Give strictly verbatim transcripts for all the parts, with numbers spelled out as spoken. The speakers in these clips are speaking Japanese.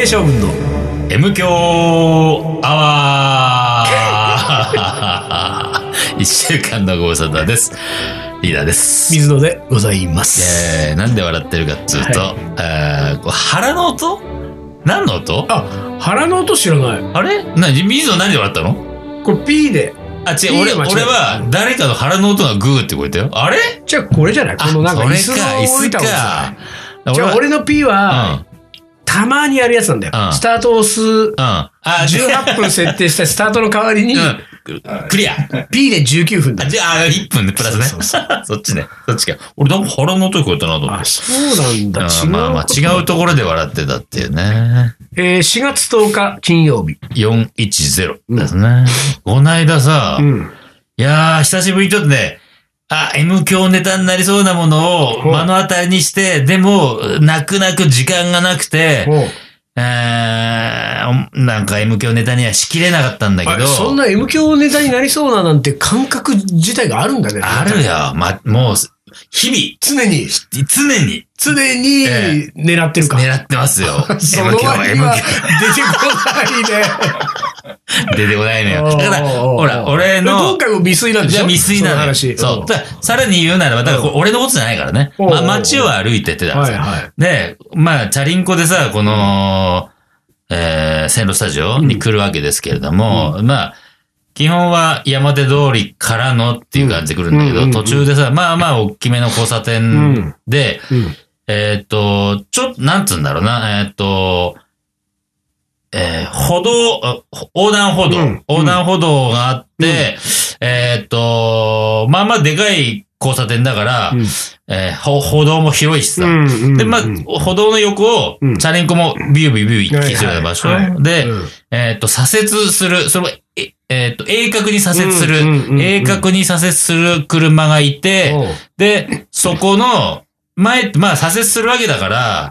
将軍の M 強アワー一週間のご無沙汰です。リーダーです。 水野でございます。 えー、なんで笑ってるかっつうと、はい、えー、腹の音？何の音？ あ、腹の音知らない。 あれ？な、水野何で笑ったの？ これ P で。 あ、違う、俺、俺は誰かの腹の音がグーって聞こえたよ。あれ？ じゃあこれじゃない？このなんか椅子の置いた音さ。じゃあ俺の P は、うん、たまにやるやつなんだよ。うん、スタートを押す、うん、あじゅうはっぷん設定したスタートの代わりに、うん、 クリア。 P でじゅうきゅうふんだ。 じゃあ、いっぷんでプラスね。そうそうそうそっちね。そっちか。俺、なんか腹の音聞こえたなと思って。 あ、そうなんだ。 うん、まあまあ、違うところで笑ってたっていうね。 えー、しがつとおか金曜日。 よんいちゼロですね。うん、こないださ、うん、いやー、久しぶりにちょっとね、あ、M 強ネタになりそうなものを目の当たりにして、でも、泣く泣く時間がなくて、えー、なんか M 強ネタにはしきれなかったんだけど。 そんな M 強ネタになりそうななんて感覚自体があるんだね。 あるよ。ま、もう、日々。 常に。 常に。 常に狙ってるか。 えー、狙ってますよ。 その割には出てこないね。 出てこないのよ。だから、ほら、俺の。 今回も未遂なんでしょ？ じゃあ未遂なのよ。そう。さらに言うならば、だから俺のことじゃないからね。まあ、街を歩いててたんですよ。で、まあ、チャリンコでさ、この、えー、線路スタジオに来るわけですけれども、うん、まあ、基本は山手通りからのっていう感じで来るんだけど、途中でさ、まあまあ大きめの交差点で、うんうん、えっと、ちょっと、なんつうんだろうな、えっと、えー、歩道、横断歩道、うん、横断歩道があって、うん、えっと、まあまあでかい交差点だから、うん、えー、歩道も広いしさ、うんうんうん。で、まあ、歩道の横を、うん、チャリンコもビュービュービュー行きするような場所、はいはいはい、で、うん、えっと、左折する、それえ、えっと、鋭角に左折する、鋭角に左折する車がいて、で、そこの、前、まあ左折するわけだから、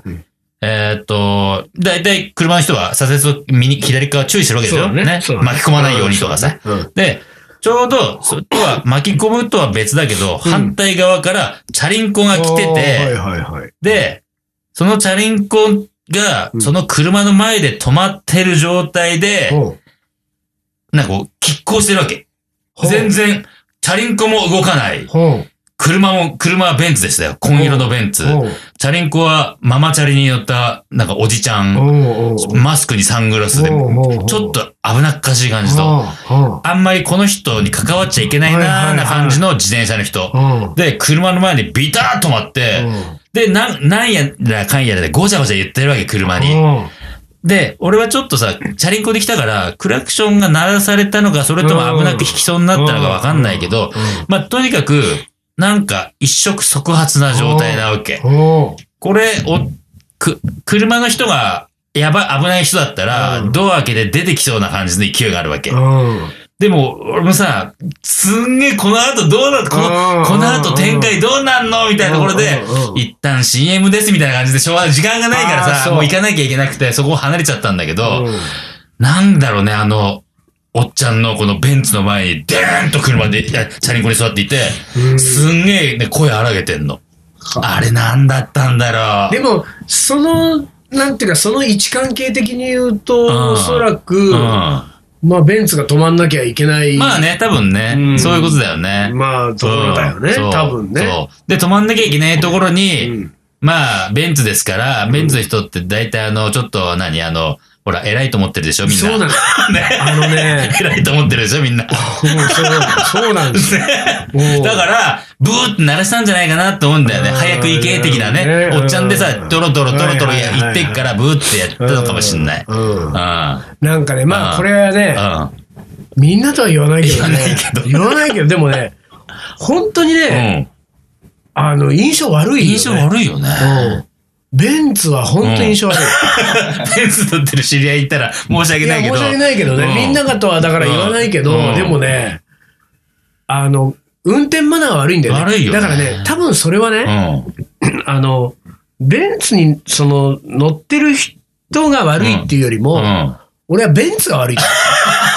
うん、えっと、だいたい車の人は左折を右、左側注意するわけですよね。ね巻き込まないようにとかさ。うん、で、ちょうど、そとは巻き込むとは別だけど、うん、反対側からチャリンコが来てて、はいはいはい、で、そのチャリンコが、その車の前で止まってる状態で、うん、なんかこう、拮抗してるわけ。全然、チャリンコも動かない。車も、車はベンツでしたよ。紺色のベンツ。チャリンコはママチャリに乗った、なんかおじちゃん。マスクにサングラスで、ちょっと危なっかしい感じと、あんまりこの人に関わっちゃいけないなーな感じの自転車の人。で、車の前にビターッと止まって、で、なん、なんやらかんやらでごちゃごちゃ言ってるわけ、車に。で、俺はちょっとさ、チャリンコで来たから、クラクションが鳴らされたのか、それとも危なく引きそうになったのかわかんないけど、まあ、とにかく、なんか一触即発な状態なわけ。これ、お、く、車の人が、やばい、危ない人だったら、ドア開けて出てきそうな感じの勢いがあるわけ。でも、俺もさ、すんげえこの後どうな、この、この後展開どうなんのみたいなところで、一旦 シーエム ですみたいな感じで、しょうがない時間がないからさ、もう行かなきゃいけなくて、そこを離れちゃったんだけど、なんだろうね、あの、おっちゃんのこのベンツの前に、デーンと車で、チャリンコに座っていて、すんげえ、ね、声荒げてんの。あれなんだったんだろう。 でも、その、なんていうか、その位置関係的に言うと、おそらく、うんまあ、ベンツが止まんなきゃいけない。 まあね、多分ね。うん、そういうことだよね。 まあ、ところだよね。多分ね。そう。 で、止まんなきゃいけないところに、うん、まあ、ベンツですから、ベンツの人って大体あの、ちょっと何、あの、ほら、偉いと思ってるでしょ、みんな。 そうなんだ。ね。あのね。 偉いと思ってるでしょ、みんな。 そうなんですね。 だから、ブーって鳴らしたんじゃないかなと思うんだよね。早く行け、的なね。おっちゃんでさ、トロトロトロトロ行ってっから、ブーってやったのかもしんない。 なんかね、まあ、これはね、みんなとは言わないけどね。言わないけど、でもね、本当にね、あの、印象悪いよね。 印象悪いよね。 ベンツは本当に印象悪い。 ベンツ乗ってる知り合いいたら申し訳ないけど。 申し訳ないけどね。みんながとはだから言わないけど、でもね、あの、運転マナーが悪いんだよね。 悪いよね。 だからね、多分それはね、あの、ベンツにその乗ってる人が悪いっていうよりも、俺はベンツが悪い。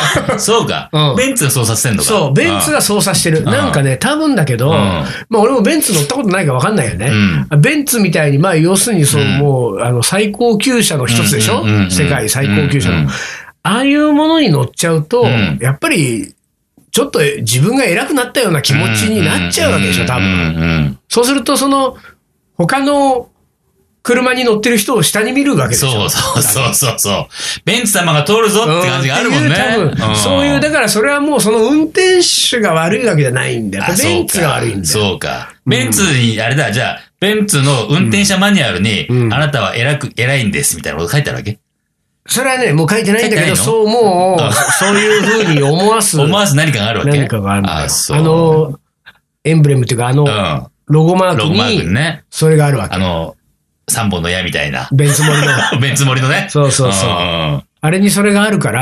そうか。ベンツが操作してんのか。 そう、ベンツが操作してる。なんかね、多分だけど、まあ俺もベンツ乗ったことないか分かんないよね。ベンツみたいに、まあ要するにそう、もう、あの、最高級車の一つでしょ、世界最高級車の。ああいうものに乗っちゃうと、やっぱり、ちょっと自分が偉くなったような気持ちになっちゃうわけでしょ、多分。そうすると、その、他の車に乗ってる人を下に見るわけでしょ。 そうそうそうそうそう。ベンツ様が通るぞって感じがあるもんね。 多分、そういう、だからそれはもうその運転手が悪いわけじゃないんだよ。ベンツが悪いんだよ。 そうか。ベンツに、あれだ、じゃあ、ベンツの運転者マニュアルに、あなたは偉く、偉いんですみたいなこと書いてあるわけ？ それはね、もう書いてないんだけど、そう、もう、そういうふうに思わす。 思わす何かがあるわけ？ 何かがあるんだよ。あの、エンブレムっていうか、あの、ロゴマークに、それがあるわけ。 あの、三本の矢みたいな。 ベンツ盛りの。 ベンツ盛りのね。 そうそうそう。あれにそれがあるから、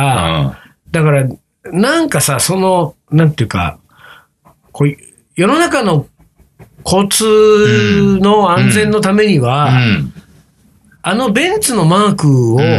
だから、なんかさ、その、なんていうか、こう世の中の交通の安全のためには、あのベンツのマークを、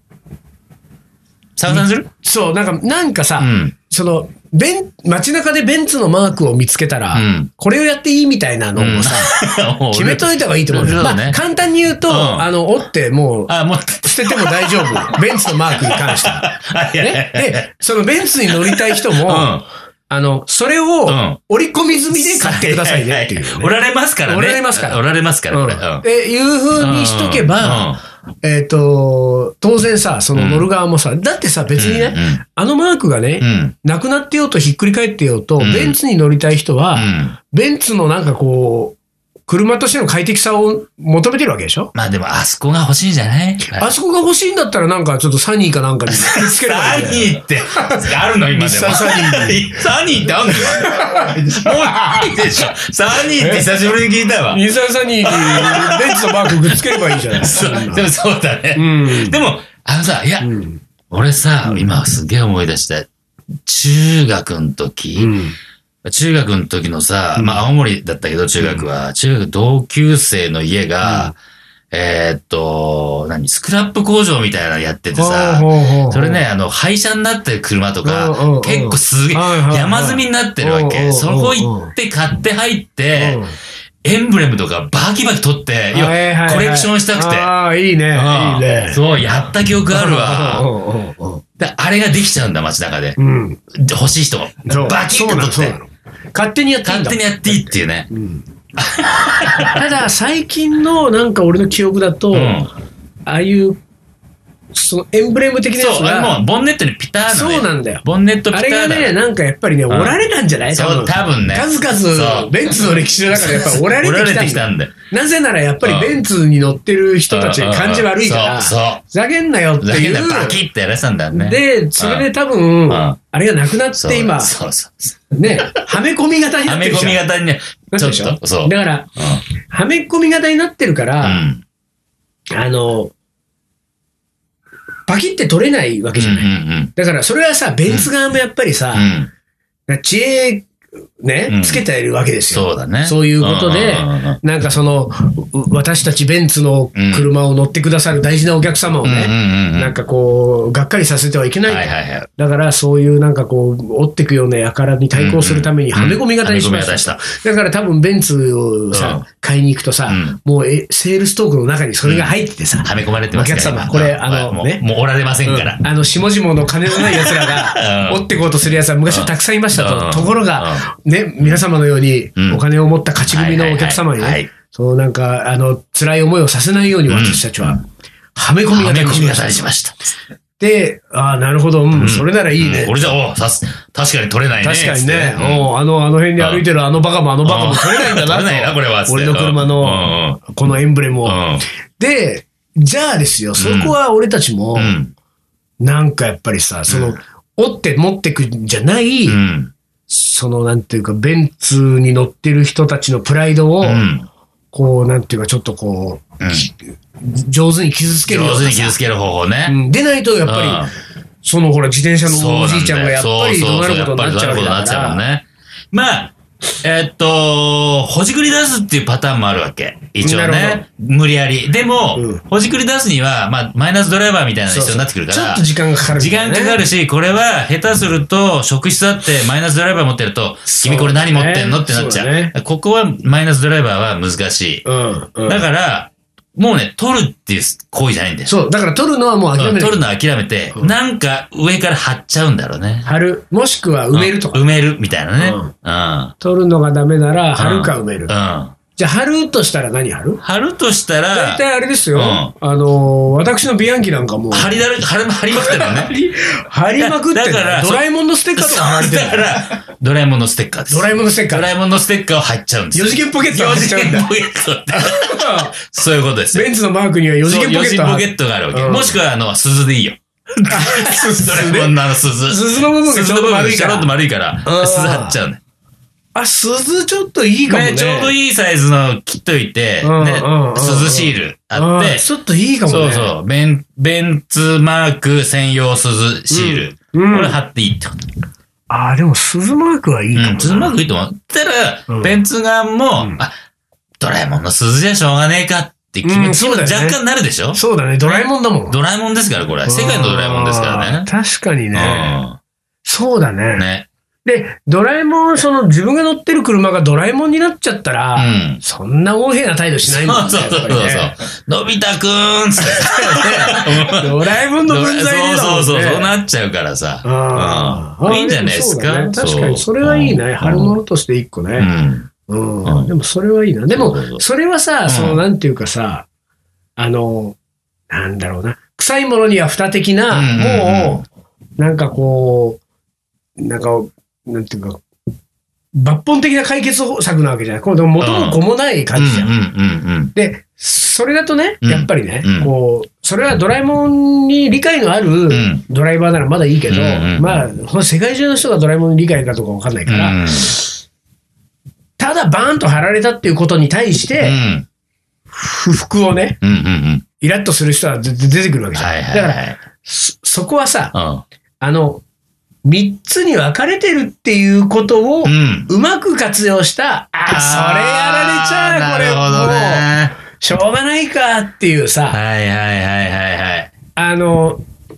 探さんする？ そう、なんか、なんかさ、うん、その、ベン、街中でベンツのマークを見つけたら、うん、これをやっていいみたいなのをさ、うん、決めといた方がいいと思うんだよ。まあ、簡単に言うと、うん、あの、折ってもう、あもう捨てても大丈夫。ベンツのマークに関しては。ね。で、そのベンツに乗りたい人も、うん、あの、それを折り込み済みで買ってくださいねっていう、ね。 折られますからね。 折られますから。 折られますから、これ。 っていう風にしとけば、えっと、当然さ、その乗る側もさ、うん、だってさ、別にね、うん、あのマークがね、うん、なくなってようとひっくり返ってようと、うん、ベンツに乗りたい人は、うん、ベンツのなんかこう、車としての快適さを求めてるわけでしょ？ まあでも、あそこが欲しいんじゃない？ あそこが欲しいんだったら、なんかちょっとサニーかなんかにつければいい。 サニーって、あるの今でも。 サニー。 サニーってあんの今。もういいでしょ。サニーって久しぶりに聞いたわ。 日産サニーにベンツのマークくっつければいいじゃないですか。 でもそうだね。うん、でも、あのさ、いや、うん、俺さ、今すげえ思い出した。中学の時、うん中学の時のさ、まあ青森だったけど中学は、うん、中学同級生の家が、うん、えー、っと、何、スクラップ工場みたいなのやっててさ、それね、あの、廃車になってる車とか、結構すげえ山積みになってるわけ。そこ行って買って入って、エンブレムとかバキバキ取って、要はコレクションしたくて。 ああ、いいね、いいね。 そう、やった記憶あるわ。あれができちゃうんだ、街中で。うん、欲しい人も。バキッと取って。 勝手にやっていいんだ。 勝手にやっていいっていうね。うん、 ただ、最近のなんか俺の記憶だと、うん、ああいう、そのエンブレム的なやつが。 そう、もうボンネットにピターの、ね。 そうなんだよ。 ボンネットピター。 あれがね、なんかやっぱりね、折られたんじゃない？ そう、多分ね。 数々、ベンツの歴史の中でやっぱり折られてきたんだ。折られてきたんだよ。なぜならやっぱりベンツに乗ってる人たちが感じ悪いから、 そう。 ふざけんなよっていう。 バキってやらせたんだよね。 で、それで多分、あれがなくなって今、 そうそう。 ね、はめ込み型になってる。 はめ込み型にね、ちょっと、そう。 だから、はめ込み型になってるから、あの、パキって取れないわけじゃない。うんうんうん、だからそれはさ、ベンツ側もやっぱりさ、うん、知恵ね、つけているわけですよ。 そうだね。 そういうことで、なんかその、私たちベンツの車を乗ってくださる大事なお客様をね、なんかこう、がっかりさせてはいけない。だからそういうなんかこう、折っていくような輩に対抗するためにはめ込み型にしました。だから多分ベンツをさ、買いに行くとさ、もうセールストークの中にそれが入っててさ、 はめ込まれてますね。 お客様、これあのね、 もうおられませんから。 あの、下々の金のない奴らが、折っていこうとする奴は昔はたくさんいましたと。ところが、ね、皆様のようにお金を持った勝ち組のお客様にね、そうなんか、あの、辛い思いをさせないように私たちは、はめ込み型にしました。で、ああ、なるほど、うん、それならいいね。 これじゃ、おさす、確かに取れないね。 確かにね、おあの、あの辺に歩いてるあのバカもあのバカも取れないんだな。 取れないな、これは。 俺の車の、このエンブレムを。で、じゃあですよ、そこは俺たちも、なんかやっぱりさ、その、折って持ってくんじゃない、その、なんていうか、ベンツに乗ってる人たちのプライドを、こう、なんていうか、ちょっとこう、上手に傷つけるような。 上手に傷つける方法ね。 でないと、やっぱり、その、ほら、自転車のおじいちゃんがやっぱり怒鳴ることになっちゃうわけだから。 まあ、 えー、っと、ほじくり出すっていうパターンもあるわけ。一応ね。無理やり。でも、うん、ほじくり出すには、まあ、マイナスドライバーみたいなの必要になってくるから。 そうそうちょっと時間がかかる、ね。 時間かかるし、これは下手すると、職質だってマイナスドライバー持ってると、君これ何持ってんのってなっちゃう。ね、ここはマイナスドライバーは難しい。うんうん、だから、もうね、取るっていう行為じゃないんだよ。 そう。だから取るのはもう諦める。 取るのは諦めて、うん、なんか上から貼っちゃうんだろうね。 貼る。もしくは埋めるとか、 うん。埋めるみたいなね。うん。うん、 取るのがダメなら、貼るか埋める。うん。うんじゃあ、貼るとしたら何貼る貼るとしたら。 大体あれですよ。うん、あのー、私のビアンキなんかもう。 貼りだる、貼り、貼りまくってるのね。 貼りまくってる。だから、ドラえもんのステッカーとか貼られてる。 だから、ドラえもんのステッカーです。 ドラえもんのステッカー。 ドラえもんのステッカーを貼っちゃうんですよ。 四次元ポケットを貼っちゃうんだ。 四次元ポケットって。そういうことですよ。 ベンツのマークには四次元ポケット。 四次元ポケットがあるわけ。うん、もしくは、あの、鈴でいいよ。ドラえもんのあの鈴。 鈴の部分がちょっと丸いから。 ちょっと丸いから、鈴貼っちゃうね。 あ、鈴ちょっといいかもね。 ねちょうどいいサイズの切っといて、うんねうんうん、鈴シールあって、 ちょっといいかもね。 そうそう。ベン、ベンツマーク専用鈴シール。うん、これ貼っていいってこと。 ああ、でも鈴マークはいいかも、 うん。鈴マークいいと思ったら、うん、ベンツ側も、うん、あ、ドラえもんの鈴じゃしょうがねえかって気持ちも若干なるでしょ、うん、 そうだね。ドラえもんだもん。 ドラえもんですから、これ。世界のドラえもんですからね。 確かにね。うん、そうだね。 ね。 で、ドラえもん、その自分が乗ってる車がドラえもんになっちゃったら、うん、そんな横柄な態度しないんだよね。 そうそうそうそう。のび太くーんつって。 ドラえもんの分際でだもんね。 そうそうそう、そうなっちゃうからさ。うん。いいんじゃないですか。 ね、確かに、それはいいね。貼るものとして一個ね。うん。うん。でもそれはいいな。でも、それはさ、その、なんていうかさ、あの、なんだろうな。臭いものには蓋的な、もう、なんかこう、なんか、なんていうか、抜本的な解決策なわけじゃない。これでも元も子もない感じじゃん。で、それだとね、やっぱりね、うん、こう、それはドラえもんに理解のあるドライバーならまだいいけど、うん、まあ、世界中の人がドラえもんに理解かどうかわかんないから、うん、ただバーンと貼られたっていうことに対して、うん、不服をね、うんうんうん、イラッとする人は出てくるわけじゃん。はいはいはい、だから、そ、そこはさ、うん、あの、三つに分かれてるっていうことをうまく活用した、うん、あ、それやられちゃう、これもう、しょうがないかっていうさ、 はいはいはいはいはい。 あの、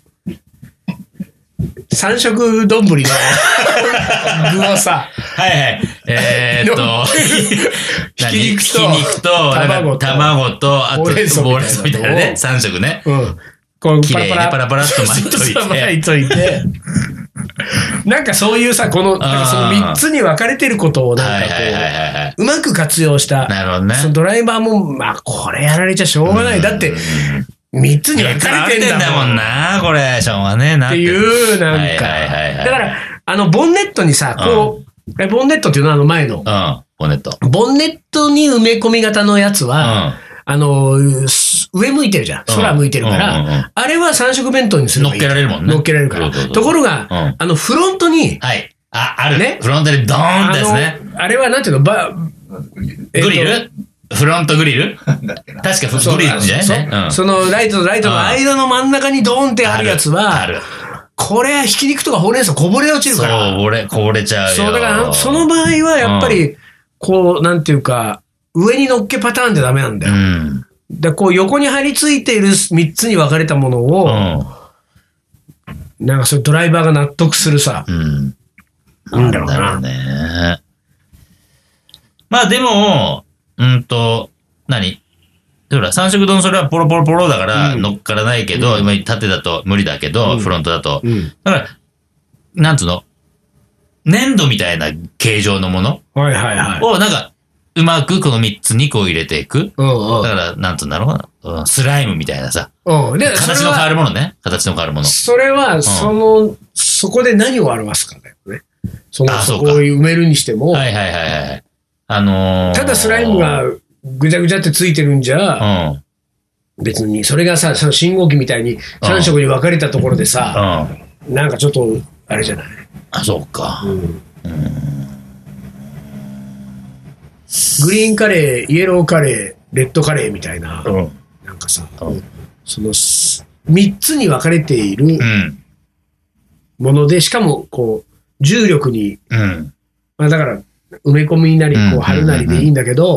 三色丼の具をさ、 はいはい。えー、っと、 ひき肉と、 ひき肉と卵と、卵と、あと、ほうれん草みたいなね、三色ね。うん。こうパラパラ、パラパラっと巻いといて。巻いといて。なんかそういうさ、この、なんかその三つに分かれてることをなんかこう、うまく活用した。 なるほどね。 そのドライバーも、まあ、これやられちゃしょうがない。だって、三つに分かれてんだもん。 もんな、これ、しょうがねえな。 っていう、なんか。だから、あの、ボンネットにさ、こう、ボンネットっていうのはあの前の。うん、 ボンネット。 ボンネットに埋め込み型のやつは、あの、上向いてるじゃん。空向いてるから、あれは三色弁当にする乗っけられるもんね。 乗っけられるから。ところが、あの、フロントに、 はい。あ、あるね。フロントでドーンってですね。 あれはなんていうの、ば、 グリルフロントグリル確かグリルじゃないね。 そのライトとライトの間の真ん中にドーンってあるやつは、ある。これ、ひき肉とかほうれん草こぼれ落ちるから。 そう、こぼれ、こぼれちゃうよ。 そう、だから、その場合はやっぱり、こう、なんていうか、上に乗っけパターンでダメなんだよ。うん。で、こう横に張り付いている三つに分かれたものを、うん、なんかそれドライバーが納得するさ。うん。なんだろうな。 なんだろうね。まあでも、うんと、何ほら、三色丼それはポロポロポロだから乗っからないけど、うん、縦だと無理だけど、うん、フロントだと。うん、だから、なんつうの粘土みたいな形状のものはいはいはい。 をなんか、うまくこの三つにこう入れていく。うんうん、だから、なんつうんだろうな。スライムみたいなさ。うん、で形の変わるものね。形の変わるもの。 それは、その、うん、そこで何を表すかだよね。その、そこを埋めるにしても。 はいはいはいはい。あのー、 ただスライムがぐちゃぐちゃってついてるんじゃ、うん、別に、それがさ、その信号機みたいにさん色に分かれたところでさ、うん、なんかちょっと、あれじゃない。 あ、そうか。うんうんグリーンカレー、イエローカレー、レッドカレーみたいな、うん、なんかさ、うん、そのみっつに分かれているもので、しかもこう重力に、うんまあ、だから埋め込みなり、こう貼るなりでいいんだけど、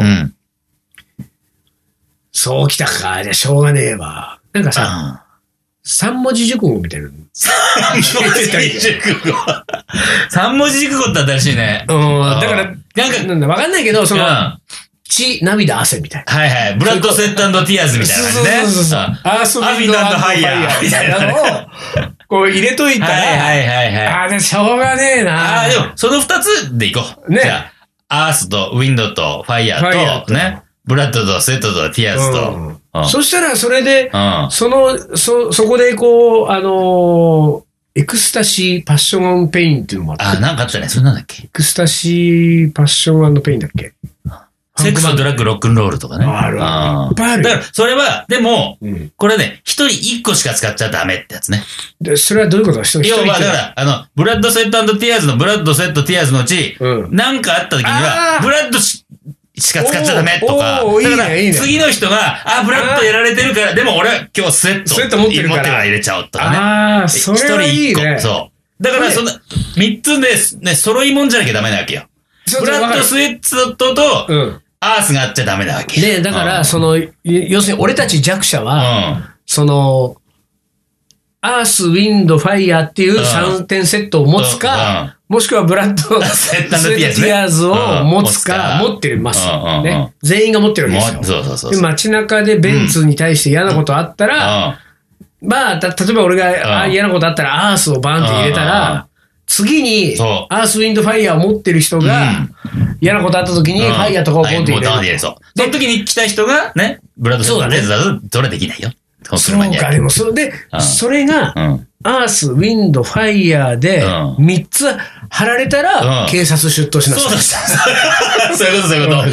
そうきたか。じゃあしょうがねえわ。なんかさ、三文字熟語みたいな。 三文字熟語。三文字熟語って新しいね。 うん。だから、なんか、なんだ、わかんないけど、その、血、涙、汗みたいな。 はいはい。ブラッド・セット&ティアーズみたいな感じね。 そうそうそう。アース・ウィンド・ハイヤーみたいなのを、こう入れといたら、はいはいはいはい。ああ、でしょうがねえな。 ああ、でも、その二つでいこう。ね。じゃあ、アースとウィンドとファイヤーと、ね。ブラッドとセットとティアーズと。 そしたら、それで、その、そ、そこでこう、あの、エクスタシーパッションペインっていうのもあった。 あ、なんかあったね。それなんだっけ？ エクスタシーパッションペインだっけ？ セックス、ドラッグ、ロックンロールとかね。 あるある。いっぱいある。 だから、それは、でも、うん、これね、一人一個しか使っちゃダメってやつね。 で、それはどういうこと？一人要は、だから、あの、ブラッドセット&ティアーズのブラッドセットティアーズのうち、なんかあった時には、ブラッドし、しか使っちゃダメとか。だから、次の人が、あ、ブラッドやられてるから、でも俺は今日スウェット。 スウェット持ってるから。 持ってから入れちゃおうとかね。 ああ、それはいいね。一人一個。 そう。だから、その、三つで、ね、揃いもんじゃなきゃダメなわけよ。ブラッドスウェットと、うん。アースがあっちゃダメなわけ。 ね、だから、その、要するに俺たち弱者は、その、アース、ウィンド、ファイヤーっていうさんてんセットを持つか、もしくはブラッド、セットティアーズを持つか、持ってます。ね。全員が持ってるわけですよ。そうそうそう。で、街中でベンツに対して嫌なことあったら、まあ、た、例えば俺が嫌なことあったら、アースをバンって入れたら、次に、アース、ウィンド、ファイヤーを持ってる人が、嫌なことあった時に、ファイヤーとかを持って入れる。 そう。その時に来た人が、ね、ブラッドセットティアーズだと、それはできないよ。 そうか、でもそれで、それが、アース、ウィンド、ファイヤーで、みっつ貼られたら、警察出頭しなさい。 そうそういうこと、そういうこと。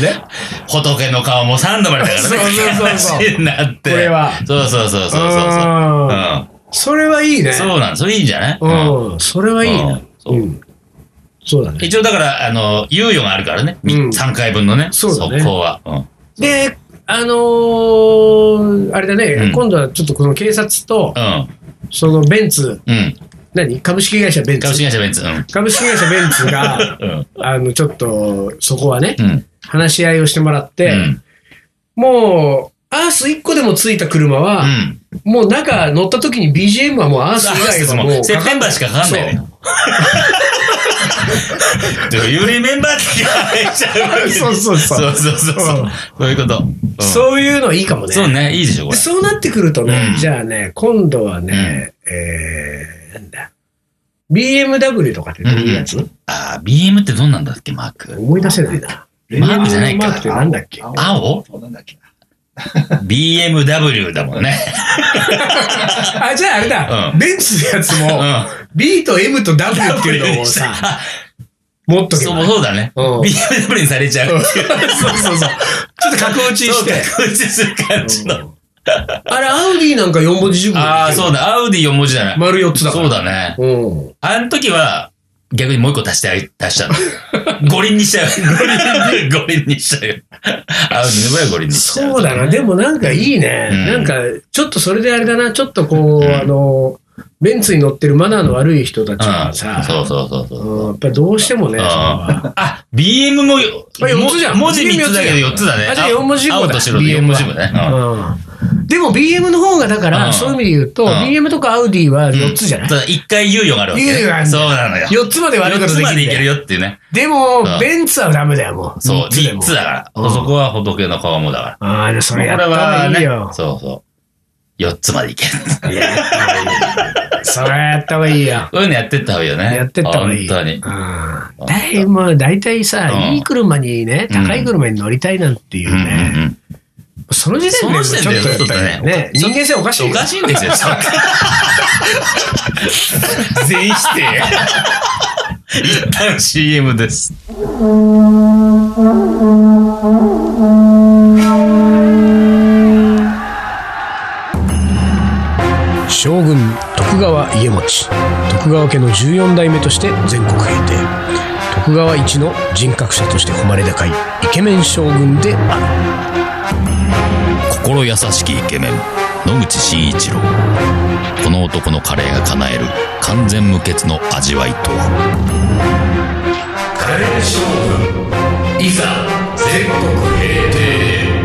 仏の顔もさんどまでだからね。そうそうそう。になって。 これは。 そうそうそうそうそう。 それはいいね。 そうなん、それいいんじゃない？ うん。それはいいね。うん。そうだね。 一応だから、あの、猶予があるからね。さんかいぶんのね。 そうだね。 そこは。 で、あのー、あれだね、うん、今度はちょっとこの警察と、うん、そのベンツ、うん、何株式会社ベンツ。 株式会社ベンツ。うん、 株式会社ベンツが、うん、あの、ちょっと、そこはね、うん、話し合いをしてもらって、うん、もう、アースいっこでもついた車は、うん、もう中乗った時に ビージーエム はもうアース以外はもう。 セプテンバーしかかかんないのよ。You remember って入っちゃう。 そうそうそう。 そうそうそう。そういうこと。 そういうのいいかもね。 そうね、いいでしょ、これ。 そうなってくるとね、じゃあね、今度はね、えー、なんだ。ビーエムダブリュー とかってどういうやつ？ ああ、ビーエム ってどんなんだっけ、マーク。 思い出せないな。 マークじゃないか。 マークってなんだっけ？ 青？なんだっけ。ビーエムダブリュー だもんね。 あ、じゃああれだ。うん、ベンツのやつも、うん、B と M と W っていうのをさ、持っとけば。 そう、そうだね。うん、ビーエムダブリュー にされちゃう。そうそうそう。ちょっと格打ちして。 格打ちする感じの。うん、 あれ、アウディなんかよん文字熟語。 ああ、そうだ。アウディよん文字じゃない。 丸よっつだから。 そうだね。うん。あの時は、逆にもう一個足して、足したの。五輪にしちゃう。五輪に、五輪にしちゃうよ。あ、自分は五輪にしちゃう。 そうだな。でもなんかいいね。うん、なんか、ちょっとそれであれだな。ちょっとこう、うん、あの、ベンツに乗ってるマナーの悪い人たちはさ、うん、 そうそうそうそう、 うん。やっぱりどうしてもね、 あ、ビーエム も、よっつじゃん。文字みっつだけどよっつだね。 あ、じゃあよん文字熟語だ。 青と白でよん文字熟語ね。 でも ビーエム の方がだから、そういう意味で言うと、ビーエム とかアウディはよっつじゃない？ いっかい猶予があるわけ。猶予がある。そうなのよ。 よっつまで悪いことできる。よっつまでいけるよっていうね。 でも、ベンツはダメだよ、もう。 そう、みっつだから。そこは仏の顔もだから。 ああ、それやった方がいいよ。 そうそう。よっつまでいける。 やった方がいい。それやった方がいいよ。 そういうのやってった方がいいよね。 やってった方がいい。 本当に。 だいぶ、だいたいさ、いい車にね、高い車に乗りたいなんていうね。その時点でちょっとね、人間性おかしい。 おかしいんですよ。全否定。一旦 シーエム です。 将軍徳川家茂徳川家のじゅうよん代目として全国平定、徳川一の人格者として誉れ高いイケメン将軍である。 心優しきイケメン野口真一郎。この男のカレーが叶える完全無欠の味わいとは。カレー将軍いざ全国平定。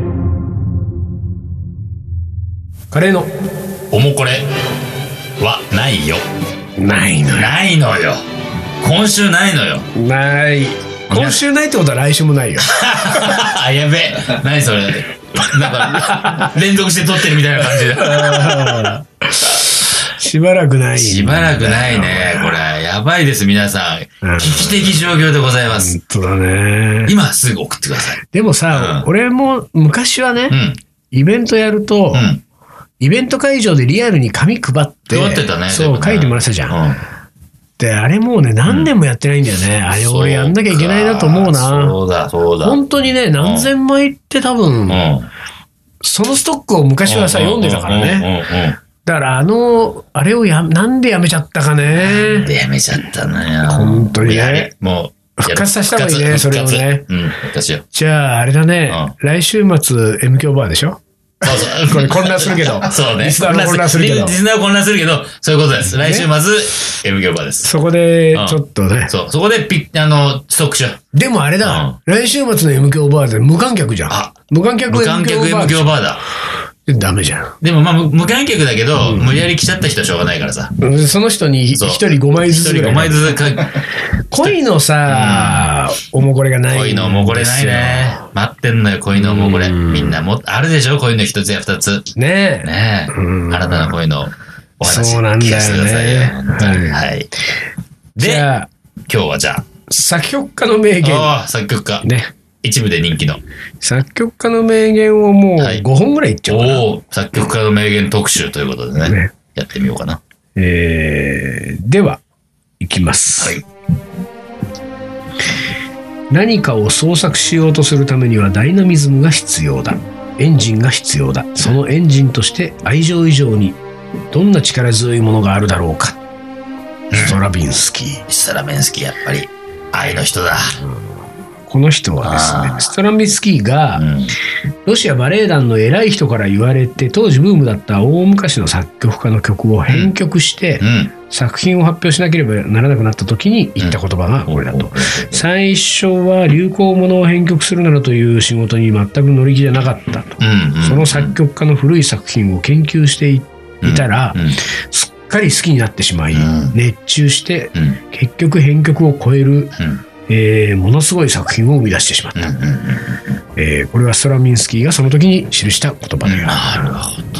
カレーのおもこれはないよ。 ないのよ。 ないのよ。今週ないのよ。 ない。今週ないってことは来週もないよ。 あ、やべえ。何それ。なんか、連続して撮ってるみたいな感じだ。 しばらくない。 しばらくないね。これ、やばいです、皆さん。危機的状況でございます。 本当だね。 今すぐ送ってください。 でもさ、うん、俺も昔はね、うん、イベントやると、うん、イベント会場でリアルに紙配って、 配ってたね。 そう、 ね、 書いてもらってたじゃん。うん、で、あれもうね、何年もやってないんだよね。うん、あれ俺やんなきゃいけないなと思うな。 そうだ、そうだ。 本当にね、何千枚って多分、うん、そのストックを昔はさ、読んでたからね。だからあの、あれをや、なんでやめちゃったかね。 なんでやめちゃったのよ。 本当にね。 もう、復活させた方がいいね、それをね。 うん、復活しよう。 じゃあ、あれだね、来週末 エム 響バーでしょ。 そうそう。 これ混乱するけど。 そうね。 リスナー混乱するけど。 リスナー混乱するけど、そういうことです。来週末 エム 響バーです。 そこで、ちょっとね。 そう。そこでピッ、あの、ストックしよう。 でもあれだ。来週末の エム 響バーで無観客じゃん。あ、無観客 エム 響バー。無観客 エム 響バーだ。ダメじゃん。 でもまあ無観客だけど、うん、無理やり来ちゃった人はしょうがないからさ。 その人に一人ごまいずつぐらい。 一人ごまいずつか。 恋のさ、うん、おもこれがない。 恋のおもこれないね。待ってんのよ、恋のおもこれ。うん、みんなも、あるでしょ恋の一つや二つ。 ねえ。 ねえ。うん、新たな恋のお話そうなんだよね。 聞かせてくださいよ。はい。で、今日はじゃあ。 作曲家の名言。 ああ、作曲家。 ね。 一部で人気の。 作曲家の名言をもうごほんぐらいいっちゃうかな。はい、 お作曲家の名言特集ということでね。ねやってみようかな。 えー、では、いきます。はい。何かを創作しようとするためにはダイナミズムが必要だ。エンジンが必要だ。そのエンジンとして愛情以上にどんな力強いものがあるだろうか。ストラビンスキー。 ストラビンスキー、やっぱり愛の人だ。うんこの人はですね、ストラビンスキーが、ロシアバレエ団の偉い人から言われて、当時ブームだった大昔の作曲家の曲を編曲して、作品を発表しなければならなくなった時に言った言葉がこれだと。最初は流行ものを編曲するなどという仕事に全く乗り気じゃなかったと。その作曲家の古い作品を研究していたら、すっかり好きになってしまい、熱中して、結局編曲を超える、えー、ものすごい作品を生み出してしまった、えー、これはストラミンスキーがその時に記した言葉である。なる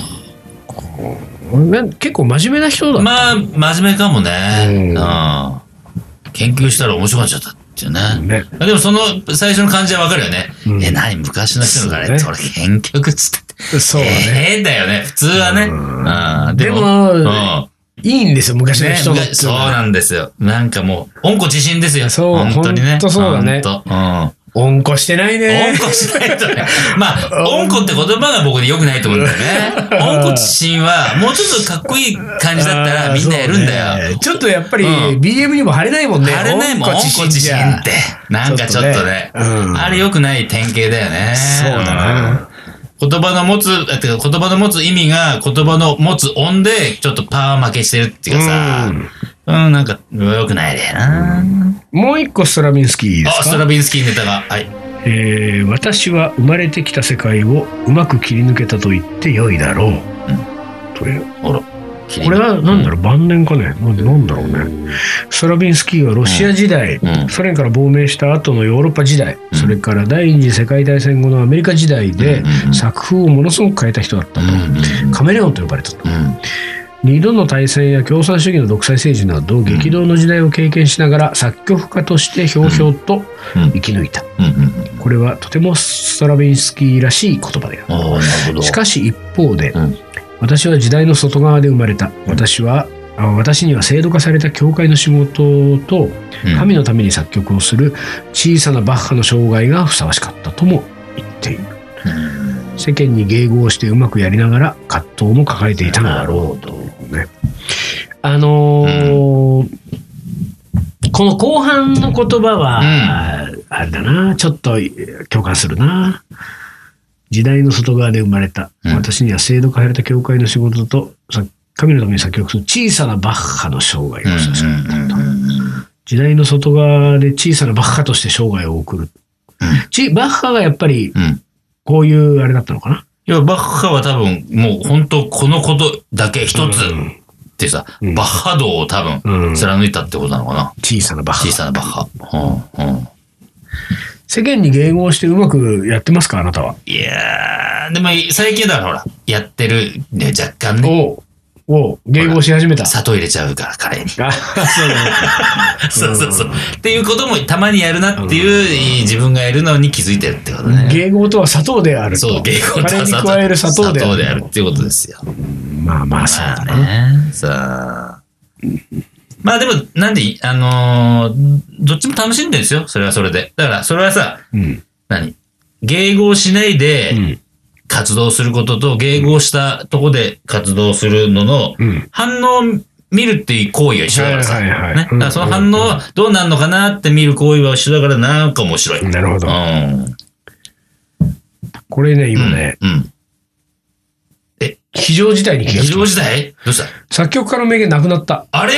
ほど。結構真面目な人だった。 まあ真面目かもね、うん、研究したら面白くなっちゃったっていうね。ねでもその最初の感じはわかるよね、うん、え何昔の人のからねそれ編曲っつってそうねえー、だよね普通はね、うんうん、 でも、でもうんいいんですよ、昔の人の、ね。 そうなんですよ。なんかもう、温故知新ですよ。 そう、本当にね。本当そうだね。うん。温故してないね。 温故してないとね。まあ、温故って言葉が僕に良くないと思うんだよね。温故知新は、もうちょっとかっこいい感じだったらみんなやるんだよ。 ね、ちょっとやっぱり、うん、ビーエム にも貼れないもんね。 貼れないもん、温故知新って。なんかちょっとね。とねうん、あれ良くない典型だよね。 そうだな。 言葉の持つ、言葉の持つ意味が言葉の持つ音でちょっとパワー負けしてるっていうかさ、うん、うん、なんか良くないでな。 もう一個ストラビンスキーですか？ あ、ストラビンスキーネタが。はい。 えー、私は生まれてきた世界をうまく切り抜けたと言ってよいだろう。うん、という。あら。これはなんだろう、うん、晩年かねなんでなんだろうね。ストラビンスキーはロシア時代、うん、ソ連から亡命した後のヨーロッパ時代、うん、それから第二次世界大戦後のアメリカ時代で作風をものすごく変えた人だったと、うん、カメレオンと呼ばれたと、うん、二度の大戦や共産主義の独裁政治など激動の時代を経験しながら作曲家としてひょうひょうと生き抜いた、うんうん、これはとてもストラビンスキーらしい言葉である。しかし一方で、うん私は時代の外側で生まれた。私は、私には制度化された教会の仕事と、神のために作曲をする小さなバッハの生涯がふさわしかったとも言っている。世間に迎合してうまくやりながら葛藤も抱えていたのだろうと。ね、あのーうん、この後半の言葉は、うん、あれだな、ちょっと共感するな。時代の外側で生まれた、うん、私には制度化された教会の仕事と神のために作曲する小さなバッハの生涯がふさわしかったと。時代の外側で小さなバッハとして生涯を送る。 ちバッハがやっぱり、こういうあれだったのかな。 いや、バッハは多分、もう本当このことだけ一つってさ、うん、バッハ道を多分、貫いたってことなのかな。うん、 小さなバッハ。 小さなバッハ。うんうん、 世間に迎合してうまくやってますか、あなたは。 いやー、でも最近だからほら、やってる、ね、若干ね。 おお迎合し始めた。 砂糖入れちゃうから、カレーに。あそうそうそう。っていうこともたまにやるなっていう、自分がやるのに気づいてるってことね。 迎合とは砂糖であると。 そう、迎合とは砂糖。カレーに加える砂糖である。 砂糖であるっていうことですよ。 まあまあ、そうだね。さあ。まあでも、なんで、あのー、どっちも楽しんでるんですよ。それはそれで。だから、それはさ、うん、何迎合しないで、うん活動することと迎合したとこで活動するのの反応を見るっていう行為が一緒だからさ。ね。だからその反応はどうなるのかなって見る行為は一緒だからなんか面白い。 なるほど。 うん、 これね、今ね。うんうん、 え非常事態に気がつきました。 非常事態どうした作曲家の名言なくなった。 あれ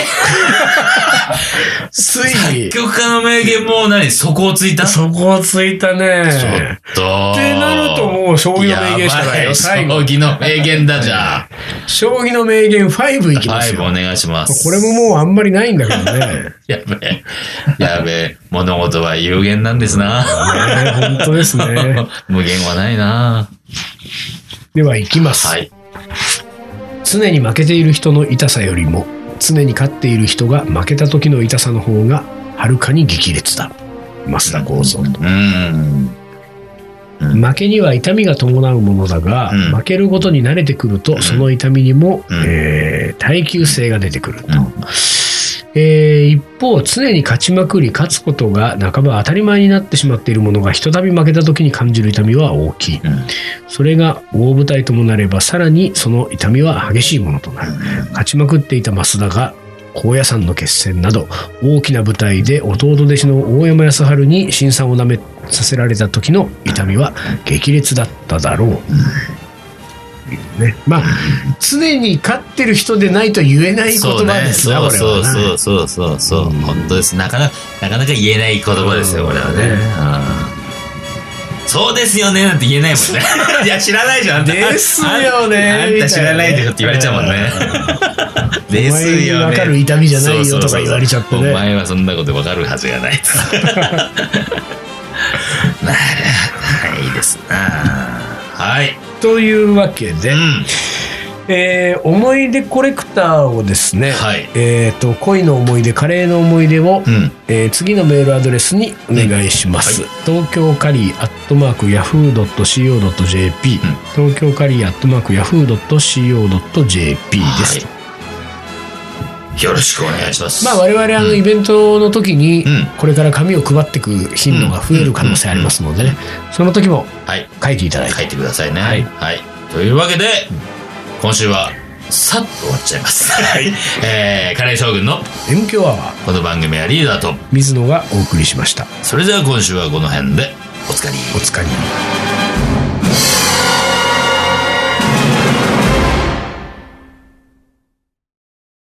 ついに。 作曲家の名言もう何底をついた底をついたね。 ちょっと。 ってなるともう将棋の名言しかないよ。 最後。将棋の名言だじゃあ。 将棋の名言ごいきますよ。 ごお願いします。 これももうあんまりないんだけどね。 やべえ。やべえ。物事は有限なんですな。 ね、本当ですね。 無限はないな。 では行きます。はい。常に負けている人の痛さよりも、常に勝っている人が負けた時の痛さの方がはるかに激烈だ。増田幸三と。うんうん、負けには痛みが伴うものだが、うん、負けることに慣れてくると、うん、その痛みにも、うんえー、耐久性が出てくると、うんえー、一方常に勝ちまくり勝つことが半ば当たり前になってしまっているものがひとたび負けた時に感じる痛みは大きい、うん、それが大舞台ともなればさらにその痛みは激しいものとなる、うん、勝ちまくっていた増田が高野山の決戦など大きな舞台で弟弟子の大山康晴に辛酸をなめさせられた時の痛みは激烈だっただろう、うんね、まあ常に勝ってる人でないと言えない言葉ですね。 そうそうそうそうそうそう、うん、本当です。なかなかなかなか言えない言葉ですよ、これはね。うん、そうですよねなんて言えないもんね。いや知らないじゃん。 ですよね。 あんた知らないでしょって言われちゃうもんね。ですよね。 分かる痛みじゃないよとか言われちゃってね。 お前はそんなこと分かるはずがない。なるいいですな。はい。 というわけで、うんえー、思い出コレクターをですね、はいえー、と恋の思い出カレーの思い出を、うんえー、次のメールアドレスにお願いします、うんはい、東京カリーアットマークヤフー ドット シーオー ドット ジェーピー、うん、東京カリーアットマークヤフー ドット シーオー ドット ジェーピー です、はいよろしくお願いします。 まあ我々あのイベントの時にこれから紙を配っていく頻度が増える可能性ありますのでね、その時も書いていただいて、 書いてくださいね。はい。はい、というわけで今週はさっと終わっちゃいます。はい。えー、カレー将軍の M 強アワー。 この番組はリーダーと水野がお送りしました。 それでは今週はこの辺でおつかり。 おつかり。